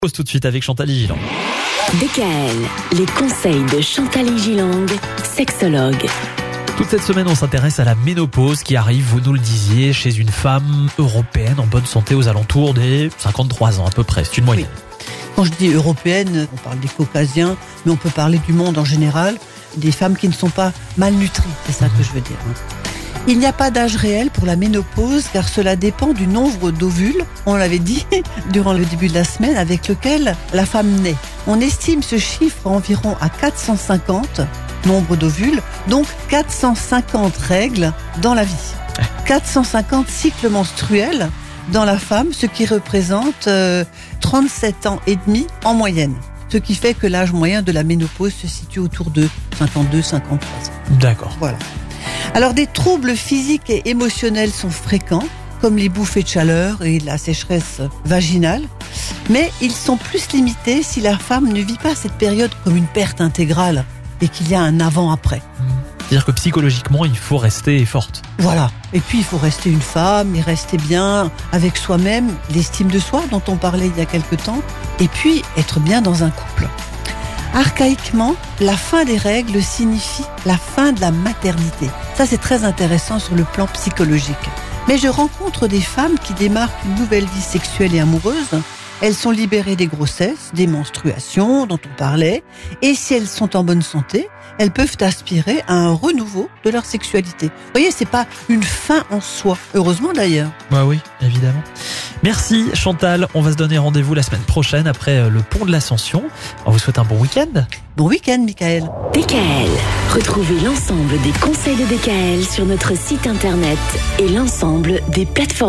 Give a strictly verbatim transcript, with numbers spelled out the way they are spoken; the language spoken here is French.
Pause tout de suite avec Chantal Gilang. D K L, les conseils de Chantal Gilang, sexologue. Toute cette semaine, on s'intéresse à la ménopause qui arrive, vous nous le disiez, chez une femme européenne en bonne santé aux alentours des cinquante-trois ans à peu près. C'est une moyenne. Oui. Quand je dis européenne, on parle des Caucasiens, mais on peut parler du monde en général, des femmes qui ne sont pas malnutries, c'est ça mmh. que je veux dire. Il n'y a pas d'âge réel pour la ménopause car cela dépend du nombre d'ovules, on l'avait dit durant le début de la semaine, avec lequel la femme naît. On estime ce chiffre environ à quatre cent cinquante nombre d'ovules, donc quatre cent cinquante règles dans la vie. quatre cent cinquante cycles menstruels dans la femme, ce qui représente euh, trente-sept ans et demi en moyenne. Ce qui fait que l'âge moyen de la ménopause se situe autour de cinquante-deux à cinquante-trois ans. D'accord. Voilà. Alors des troubles physiques et émotionnels sont fréquents, comme les bouffées de chaleur et la sécheresse vaginale, mais ils sont plus limités si la femme ne vit pas cette période comme une perte intégrale et qu'il y a un avant-après. C'est-à-dire que psychologiquement, il faut rester forte. Voilà. Et puis, il faut rester une femme et rester bien avec soi-même, l'estime de soi dont on parlait il y a quelque temps, et puis être bien dans un couple. Archaïquement, la fin des règles signifie la fin de la maternité. Ça, c'est très intéressant sur le plan psychologique. Mais je rencontre des femmes qui démarrent une nouvelle vie sexuelle et amoureuse. Elles sont libérées des grossesses, des menstruations dont on parlait. Et si elles sont en bonne santé, elles peuvent aspirer à un renouveau de leur sexualité. Vous voyez, c'est pas une fin en soi. Heureusement d'ailleurs. Bah oui, évidemment. Merci Chantal. On va se donner rendez-vous la semaine prochaine après le pont de l'Ascension. On vous souhaite un bon week-end. Bon week-end, Michael. D K L. Retrouvez l'ensemble des conseils de D K L sur notre site internet et l'ensemble des plateformes.